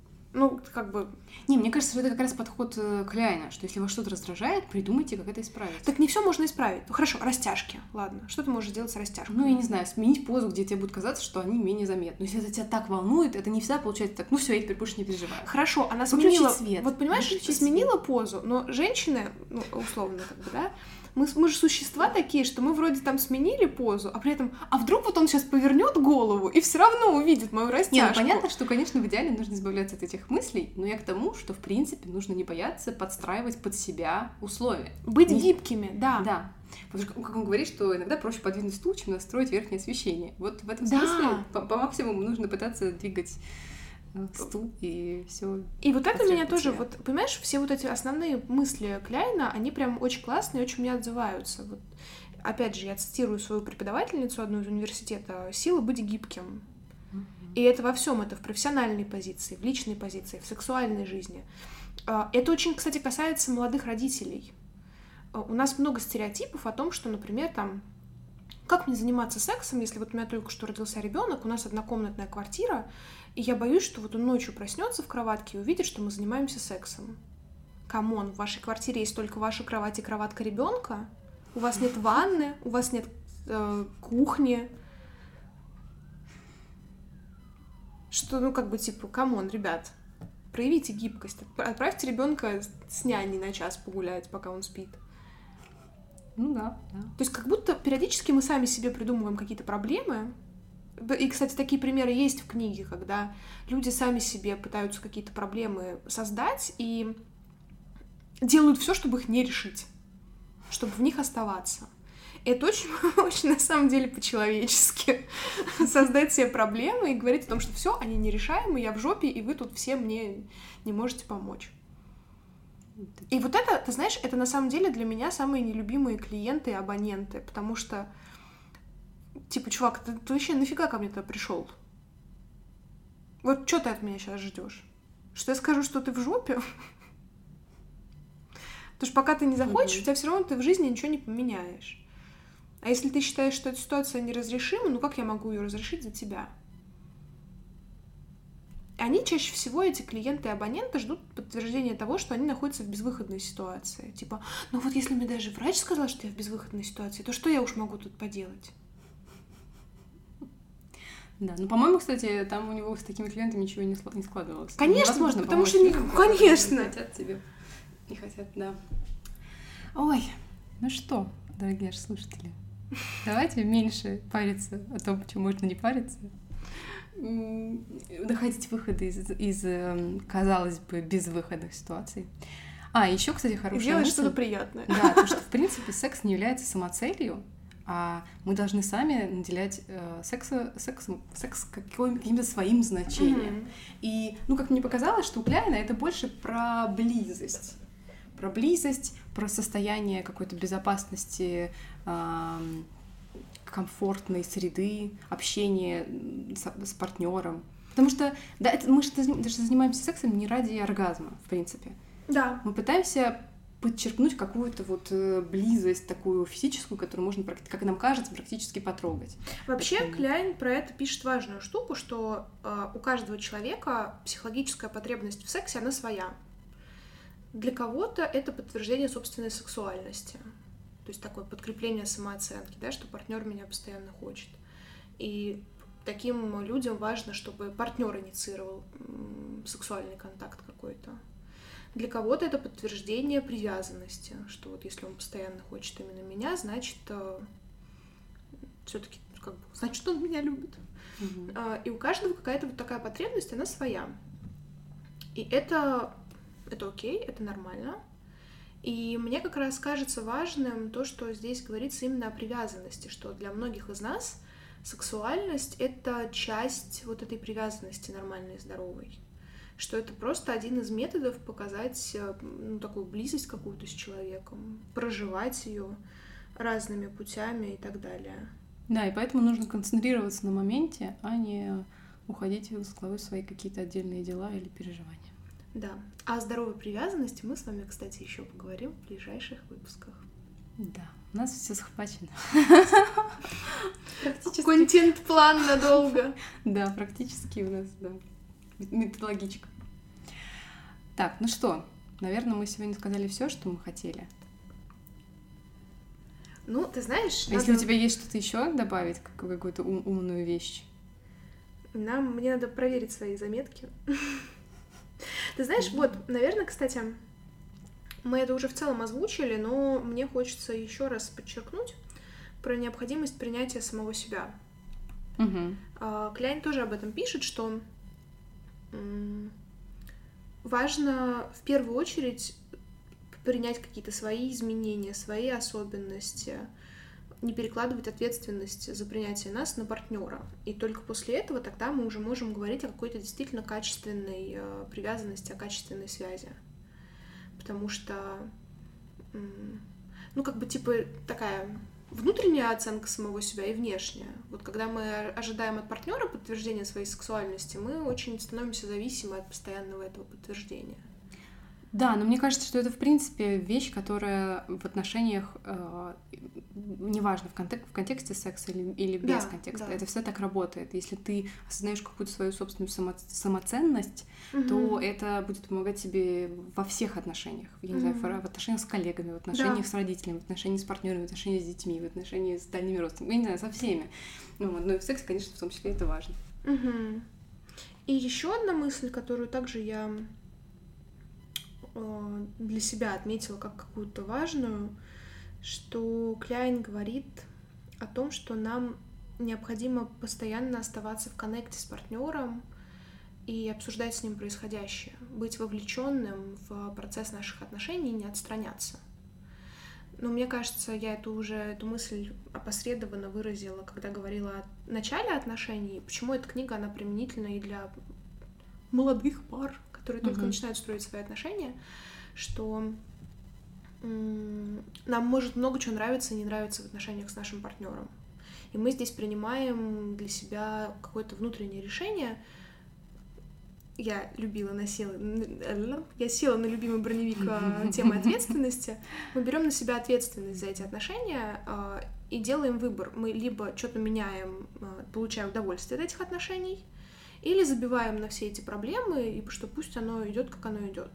B: Не, мне кажется, что это как раз подход Кляйна, что если вас что-то раздражает, придумайте, как это исправить.
C: Так не все можно исправить. Хорошо, растяжки, ладно. Что ты можешь сделать с растяжкой?
B: Я не знаю, сменить позу, где тебе будет казаться, что они менее заметны. Но если это тебя так волнует, это не всегда получается так, все, я теперь больше не переживаю.
C: Хорошо, она сменила...
B: свет.
C: Вот понимаешь, ты сменила позу, но женщины, условно, да, мы же существа такие, что мы вроде там сменили позу, а при этом, вдруг вот он сейчас повернет голову и все равно увидит мою растяжку.
B: Понятно, что, конечно, в идеале нужно избавляться от этих мыслей, но я к тому, что, в принципе, нужно не бояться подстраивать под себя условия.
C: Быть гибкими, да.
B: Да. Потому что, как он говорит, что иногда проще подвинуть стул, чем настроить верхнее освещение. Вот в этом смысле по максимуму нужно пытаться двигать стул и все.
C: И вот это меня тоже, понимаешь, все вот эти основные мысли Кляйна, они прям очень классные, очень мне отзываются. Вот, опять же, я цитирую свою преподавательницу одну из университета: «Сила быть гибким». И это во всем, это в профессиональной позиции, в личной позиции, в сексуальной жизни. Это очень, кстати, касается молодых родителей. У нас много стереотипов о том, что, например, как мне заниматься сексом, если вот у меня только что родился ребенок, у нас однокомнатная квартира, и я боюсь, что вот он ночью проснется в кроватке и увидит, что мы занимаемся сексом. Камон, в вашей квартире есть только ваша кровать и кроватка ребенка, у вас нет ванны, у вас нет кухни. Что, камон, ребят, проявите гибкость, отправьте ребенка с няней на час погулять, пока он спит.
B: Да.
C: То есть как будто периодически мы сами себе придумываем какие-то проблемы. И, кстати, такие примеры есть в книге, когда люди сами себе пытаются какие-то проблемы создать и делают все, чтобы их не решить, чтобы в них оставаться. И это очень, очень, на самом деле, по-человечески. Создать себе проблемы и говорить о том, что все, они нерешаемы, я в жопе, и вы тут все мне не можете помочь. И вот это, ты знаешь, это на самом деле для меня самые нелюбимые клиенты и абоненты, потому что, типа, чувак, ты вообще нафига ко мне туда пришел? Вот что ты от меня сейчас ждешь? Что я скажу, что ты в жопе? Потому что пока ты не захочешь, у тебя все равно ты в жизни ничего не поменяешь. А если ты считаешь, что эта ситуация неразрешима, ну как я могу ее разрешить за тебя? Они чаще всего, эти клиенты и абоненты, ждут подтверждения того, что они находятся в безвыходной ситуации. Типа, ну вот если мне даже врач сказал, что я в безвыходной ситуации, то что я уж могу тут поделать?
B: Да, ну, по-моему, кстати, там у него с такими клиентами ничего не складывалось.
C: Конечно,
B: невозможно
C: потому
B: помочь
C: что
B: людям,
C: конечно.
B: которые не хотят тебе. Не хотят, да. Ой, ну что, дорогие наши слушатели, давайте меньше париться о том, чем можно не париться. Находить выходы из, казалось бы, безвыходных ситуаций. Еще, кстати, хорошая
C: Делать
B: мысль.
C: что-то приятное.
B: Да, то, что, в принципе, секс не является самоцелью, а мы должны сами наделять секс каким-то своим значением. И, как мне показалось, что у Кляйна это больше про близость. Про близость, про состояние какой-то безопасности, комфортной среды, общения с партнером. Потому что мы же даже занимаемся сексом не ради оргазма, в принципе.
C: Да.
B: Мы пытаемся подчеркнуть какую-то вот близость такую физическую, которую можно, как нам кажется, практически потрогать.
C: Вообще, Кляйн про это пишет важную штуку, что у каждого человека психологическая потребность в сексе, она своя. Для кого-то это подтверждение собственной сексуальности. То есть такое подкрепление самооценки, да, что партнер меня постоянно хочет. И таким людям важно, чтобы партнер инициировал сексуальный контакт какой-то. Для кого-то это подтверждение привязанности, что вот если он постоянно хочет именно меня, значит, все-таки, значит, он меня любит. И у каждого какая-то вот такая потребность, она своя. И это окей, это нормально. И мне как раз кажется важным то, что здесь говорится именно о привязанности, что для многих из нас сексуальность — это часть вот этой привязанности нормальной, здоровой. Что это просто один из методов показать такую близость какую-то с человеком, проживать ее разными путями и так далее.
B: Да, и поэтому нужно концентрироваться на моменте, а не уходить с головой в свои какие-то отдельные дела или переживания.
C: Да. А о здоровой привязанности мы с вами, кстати, еще поговорим в ближайших выпусках.
B: Да, у нас все захвачено.
C: Контент-план надолго.
B: Да, практически у нас, да. Методологичка. Так, ну что, наверное, мы сегодня сказали все, что мы хотели.
C: Ну, ты знаешь...
B: Если у тебя есть что-то еще добавить, какую-то умную вещь?
C: Мне надо проверить свои заметки. Ты знаешь, вот, наверное, кстати, мы это уже в целом озвучили, но мне хочется еще раз подчеркнуть про необходимость принятия самого себя. Кляйн тоже об этом пишет, что важно в первую очередь принять какие-то свои изменения, свои особенности, не перекладывать ответственность за принятие нас на партнера. И только после этого тогда мы уже можем говорить о какой-то действительно качественной привязанности, о качественной связи. Потому что, такая внутренняя оценка самого себя и внешняя. Вот когда мы ожидаем от партнера подтверждения своей сексуальности, мы очень становимся зависимы от постоянного этого подтверждения.
B: Да, но мне кажется, что это, в принципе, вещь, которая в отношениях, неважно, в контексте секса или без контекста, это все так работает. Если ты осознаешь какую-то свою собственную самоценность, то это будет помогать тебе во всех отношениях. Я не знаю, в отношениях с коллегами, в отношениях с родителями, в отношениях с партнерами, в отношениях с детьми, в отношениях с дальними родственниками, я не знаю, со всеми. Ну и в сексе, конечно, в том числе это важно.
C: И еще одна мысль, которую также я для себя отметила как какую-то важную, что Кляйн говорит о том, что нам необходимо постоянно оставаться в коннекте с партнером и обсуждать с ним происходящее, быть вовлеченным в процесс наших отношений и не отстраняться. Но мне кажется, я эту мысль опосредованно выразила, когда говорила о начале отношений. Почему эта книга, она применительна и для молодых пар, которые только начинают строить свои отношения, что нам может много чего нравиться и не нравиться в отношениях с нашим партнером. И мы здесь принимаем для себя какое-то внутреннее решение. Я села на любимый броневик темы ответственности. Мы берем на себя ответственность за эти отношения и делаем выбор. Мы либо что-то меняем, получая удовольствие от этих отношений, или забиваем на все эти проблемы, и что пусть оно идет, как оно идет.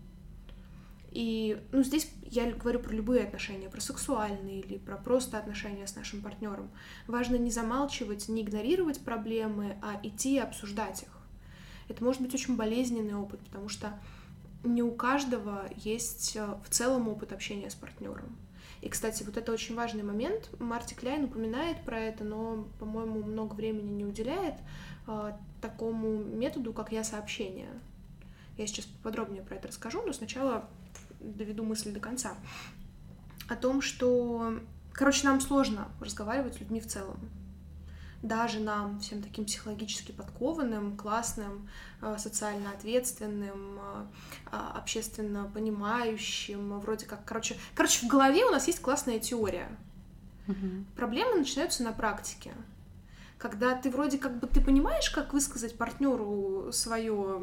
C: И здесь я говорю про любые отношения, про сексуальные или про просто отношения с нашим партнером. Важно не замалчивать, не игнорировать проблемы, а идти и обсуждать их. Это может быть очень болезненный опыт, потому что не у каждого есть в целом опыт общения с партнером. И, кстати, вот это очень важный момент. Марти Кляйн упоминает про это, но, по-моему, много времени не уделяет такому методу, как я-сообщение. Я сейчас подробнее про это расскажу, но сначала доведу мысль до конца. О том, что, нам сложно разговаривать с людьми в целом. Даже нам, всем таким психологически подкованным, классным, социально ответственным, общественно понимающим, вроде как... в голове у нас есть классная теория. Проблемы начинаются на практике. Когда ты вроде ты понимаешь, как высказать партнеру свое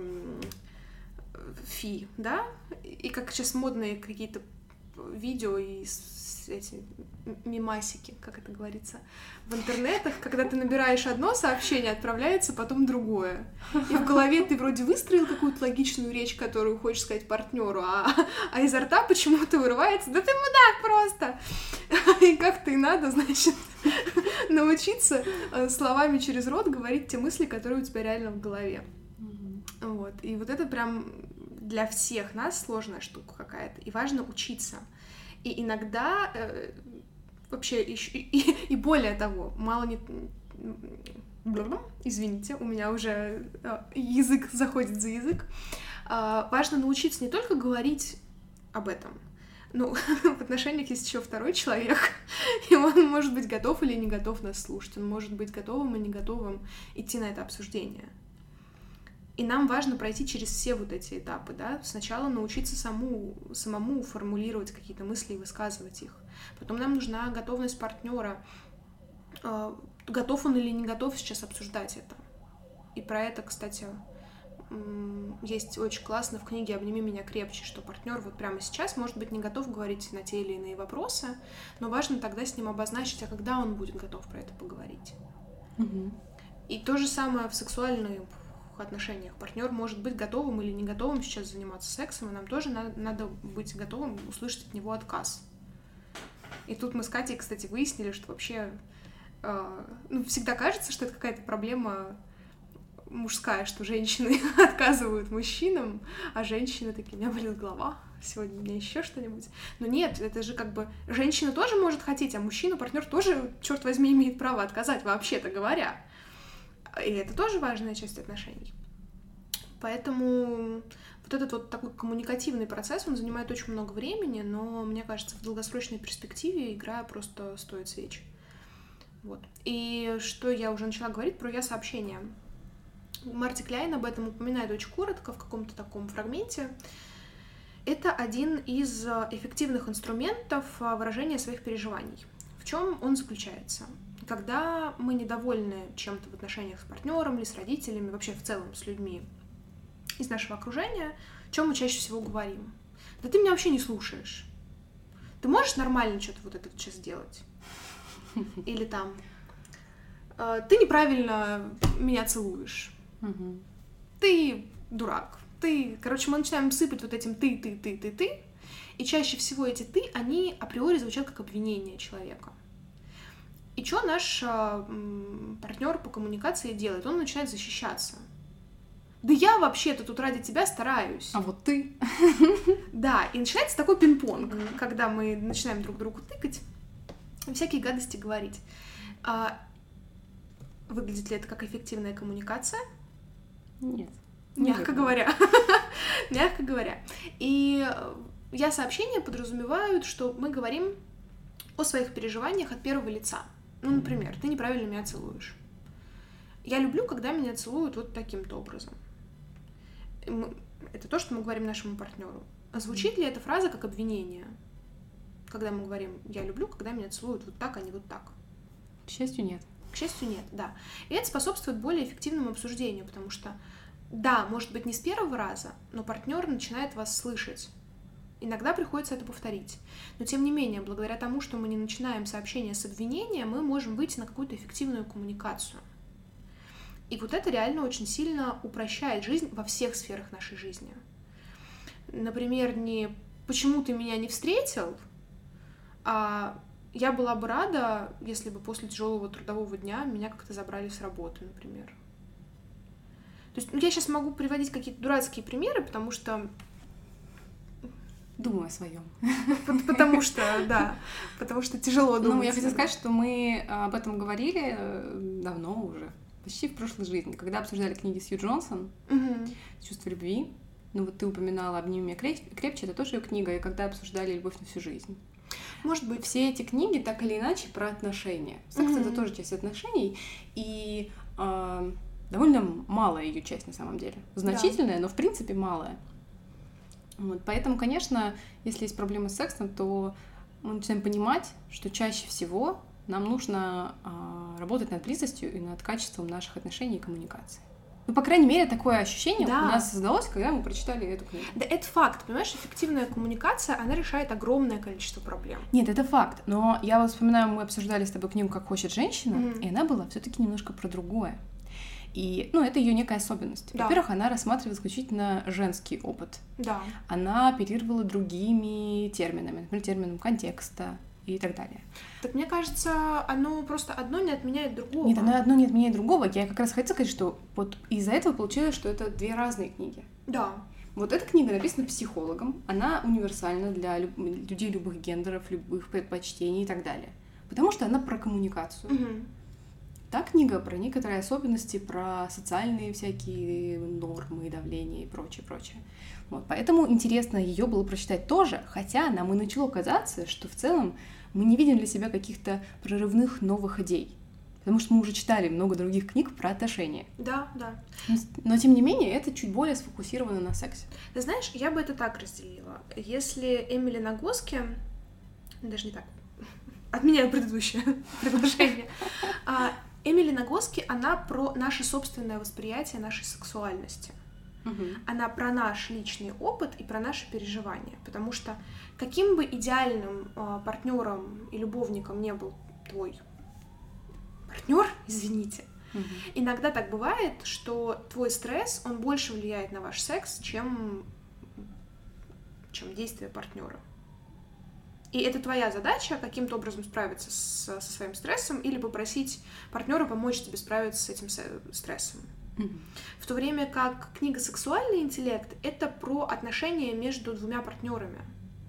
C: фи, да? И как сейчас модные какие-то видео и эти мемасики, как это говорится, в интернетах, когда ты набираешь одно сообщение, отправляется потом другое. И в голове ты вроде выстроил какую-то логичную речь, которую хочешь сказать партнеру, а изо рта почему-то вырывается: да ты мудак просто! И как-то и надо, значит, научиться словами через рот говорить те мысли, которые у тебя реально в голове. Вот. И вот это прям для всех нас сложная штука какая-то. И важно учиться. И иногда вообще и более того, мало не... Извините, у меня уже язык заходит за язык. Важно научиться не только говорить об этом, но в отношениях есть еще второй человек, и он может быть готов или не готов нас слушать, он может быть готовым и не готовым идти на это обсуждение. И нам важно пройти через все вот эти этапы, да, сначала научиться самому формулировать какие-то мысли и высказывать их. Потом нам нужна готовность партнера, готов он или не готов сейчас обсуждать это. И про это, кстати, есть очень классно в книге «Обними меня крепче», что партнер вот прямо сейчас может быть не готов говорить на те или иные вопросы, но важно тогда с ним обозначить, а когда он будет готов про это поговорить. И то же самое в сексуальных отношениях. Партнер может быть готовым или не готовым сейчас заниматься сексом, и нам тоже надо быть готовым услышать от него отказ. И тут мы с Катей, кстати, выяснили, что вообще всегда кажется, что это какая-то проблема мужская, что женщины отказывают мужчинам, а женщины такие: у меня болит голова, сегодня у меня еще что-нибудь. Но нет, это же женщина тоже может хотеть, а мужчина, партнер тоже, черт возьми, имеет право отказать, вообще-то говоря. И это тоже важная часть отношений. Поэтому вот этот вот такой коммуникативный процесс, он занимает очень много времени, но, мне кажется, в долгосрочной перспективе игра просто стоит свеч. Вот. И что я уже начала говорить про я-сообщение. Марти Кляйн об этом упоминает очень коротко в каком-то таком фрагменте. Это один из эффективных инструментов выражения своих переживаний. В чем он заключается? Когда мы недовольны чем-то в отношениях с партнером или с родителями, вообще в целом с людьми из нашего окружения, о чем мы чаще всего говорим? Да ты меня вообще не слушаешь. Ты можешь нормально что-то вот это сейчас сделать? Или там: ты неправильно меня целуешь. Ты дурак. Мы начинаем сыпать вот этим ты. И чаще всего эти ты, они априори звучат как обвинение человека. И что наш партнер по коммуникации делает? Он начинает защищаться. Да я вообще-то тут ради тебя стараюсь.
B: А вот ты.
C: Да, и начинается такой пинг-понг, когда мы начинаем друг другу тыкать и всякие гадости говорить. Выглядит ли это как эффективная коммуникация?
B: Нет.
C: Мягко говоря. Мягко говоря. И я-сообщения подразумевают, что мы говорим о своих переживаниях от первого лица. Например, ты неправильно меня целуешь. Я люблю, когда меня целуют вот таким-то образом. Это то, что мы говорим нашему партнеру. звучит ли эта фраза как обвинение? Когда мы говорим «я люблю», когда меня целуют вот так, а не вот так.
B: К счастью, нет.
C: К счастью, нет, да. И это способствует более эффективному обсуждению, потому что, да, может быть, не с первого раза, но партнер начинает вас слышать. Иногда приходится это повторить. Но, тем не менее, благодаря тому, что мы не начинаем сообщение с обвинения, мы можем выйти на какую-то эффективную коммуникацию. И вот это реально очень сильно упрощает жизнь во всех сферах нашей жизни. Например, не «почему ты меня не встретил?», а «я была бы рада, если бы после тяжелого трудового дня меня как-то забрали с работы», например. То есть я сейчас могу приводить какие-то дурацкие примеры, потому что...
B: Думаю о своем.
C: Потому что, да, потому что тяжело думать.
B: Ну, я хотела сказать, что мы об этом говорили давно уже, почти в прошлой жизни, когда обсуждали книги Сью Джонсон «Чувство любви». Ну, вот ты упоминала «Обними меня крепче», это тоже ее книга, и когда обсуждали «Любовь на всю жизнь».
C: Может быть.
B: Все эти книги так или иначе про отношения. Секс — это тоже часть отношений, и довольно малая ее часть на самом деле. Значительная, но в принципе малая. Вот, поэтому, конечно, если есть проблемы с сексом, то мы начинаем понимать, что чаще всего нам нужно работать над близостью и над качеством наших отношений и коммуникации. Ну, по крайней мере, такое ощущение у нас создалось, когда мы прочитали эту книгу.
C: Да, это факт, понимаешь, эффективная коммуникация, она решает огромное количество проблем.
B: Нет, это факт, но я вот вспоминаю, мы обсуждали с тобой книгу «Как хочет женщина», и она была все-таки немножко про другое. И, ну, это ее некая особенность.
C: Да.
B: Во-первых, она рассматривала исключительно женский опыт.
C: Да.
B: Она оперировала другими терминами, например, термином контекста и так далее.
C: Так мне кажется, оно просто одно не отменяет другого.
B: Нет, оно одно не отменяет другого. Я как раз хотела сказать, что вот из-за этого получилось, что это две разные книги.
C: Да.
B: Вот эта книга написана психологом, она универсальна для людей любых гендеров, любых предпочтений и так далее. Потому что она про коммуникацию. Та книга про некоторые особенности, про социальные всякие нормы, давление и прочее, прочее. Вот, поэтому интересно ее было прочитать тоже, хотя нам и начало казаться, что в целом мы не видим для себя каких-то прорывных новых идей. Потому что мы уже читали много других книг про отношения.
C: Да, да.
B: Но, тем не менее, это чуть более сфокусировано на сексе.
C: Ты знаешь, я бы это так разделила. Если Эмили Нагоски... Даже не так. Отменяю предыдущее предложение. Эмили Нагоски, она про наше собственное восприятие нашей сексуальности. Она про наш личный опыт и про наши переживания. Потому что каким бы идеальным партнером и любовником не был твой партнер, извините, иногда так бывает, что твой стресс, он больше влияет на ваш секс, чем действия партнера. И это твоя задача каким-то образом справиться со своим стрессом или попросить партнера помочь тебе справиться с этим стрессом. В то время как книга «Сексуальный интеллект» — это про отношения между двумя партнерами.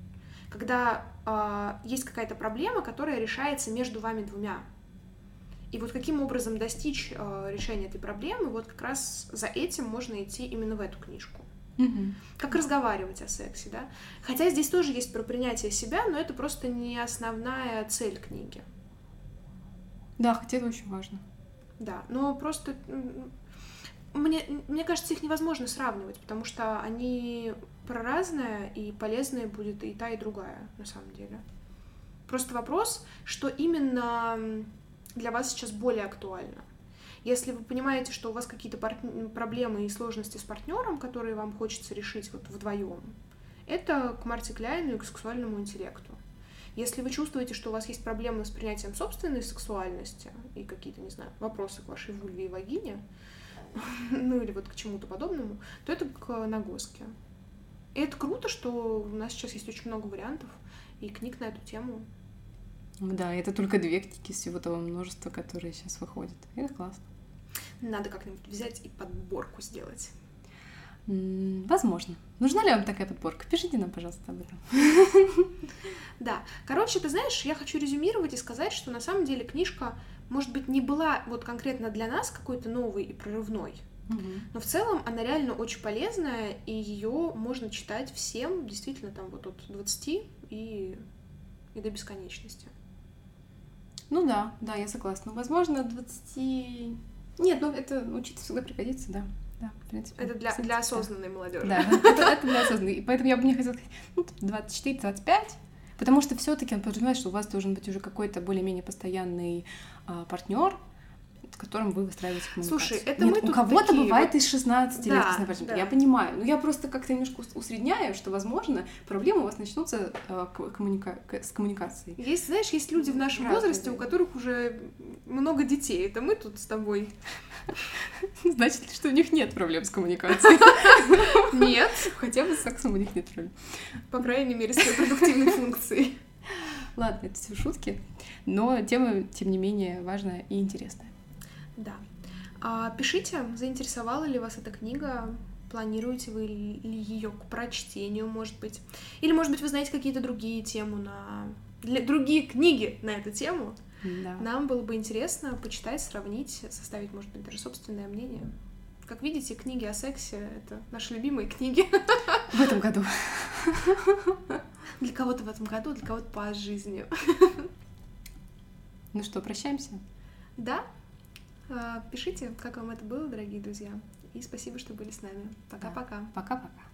C: Когда есть какая-то проблема, которая решается между вами двумя. И вот каким образом достичь решения этой проблемы, вот как раз за этим можно идти именно в эту книжку. Как разговаривать о сексе, да? Хотя здесь тоже есть про принятие себя, но это просто не основная цель книги.
B: Да, хотя это очень важно.
C: Да, но просто... Мне кажется, их невозможно сравнивать, потому что они про разное, и полезная будет и та, и другая, на самом деле. Просто вопрос, что именно для вас сейчас более актуально. Если вы понимаете, что у вас какие-то проблемы и сложности с партнером, которые вам хочется решить вот вдвоем, это к Марте Кляйну и к сексуальному интеллекту. Если вы чувствуете, что у вас есть проблемы с принятием собственной сексуальности и какие-то, не знаю, вопросы к вашей вульве и вагине, ну или вот к чему-то подобному, то это к Нагоске. И это круто, что у нас сейчас есть очень много вариантов и книг на эту тему.
B: Да, это только 2 книги из всего того множества, которые сейчас выходят. Это классно.
C: Надо как-нибудь взять и подборку сделать.
B: Возможно. Нужна ли вам такая подборка? Пишите нам, пожалуйста, об этом.
C: Да. Короче, ты знаешь, я хочу резюмировать и сказать, что на самом деле книжка, может быть, не была вот конкретно для нас какой-то новой и прорывной, но в целом она реально очень полезная, и ее можно читать всем, действительно, там вот от 20 и до бесконечности.
B: Ну да, я согласна. Возможно, 20... Нет, ну это учиться всегда пригодится, да. Да, в принципе.
C: Это для осознанной молодежи.
B: Да, это для осознанной. И поэтому я бы не хотела сказать, 24-25, потому что все-таки он подразумевает, что у вас должен быть уже какой-то более-менее постоянный партнер, с которым вы выстраиваете коммуникацию.
C: Слушай, это
B: Нет,
C: мы тут
B: у кого-то
C: такие
B: бывает
C: вот...
B: из 16 лет постоянный партнер.
C: да.
B: Я понимаю. Но я просто как-то немножко усредняю, что, возможно, проблемы у вас начнутся с коммуникацией.
C: Есть, знаешь, есть люди в нашем возрасте, у которых уже много детей. Это мы тут с тобой.
B: Значит ли, что у них нет проблем с коммуникацией?
C: Нет.
B: Хотя бы с сексом у них нет проблем.
C: По крайней мере, с репродуктивной функцией.
B: Ладно, это все шутки, но тема, тем не менее, важная и интересная.
C: Да. Пишите, заинтересовала ли вас эта книга, планируете вы ли ее к прочтению, может быть. Или, может быть, вы знаете какие-то другие темы другие книги на эту тему.
B: Да.
C: Нам было бы интересно почитать, сравнить, составить, может быть, даже собственное мнение. Как видите, книги о сексе — это наши любимые книги.
B: В этом году.
C: Для кого-то в этом году, для кого-то по жизни.
B: Ну что, прощаемся?
C: Да. Пишите, как вам это было, дорогие друзья. И спасибо, что были с нами. Пока-пока.
B: Пока-пока.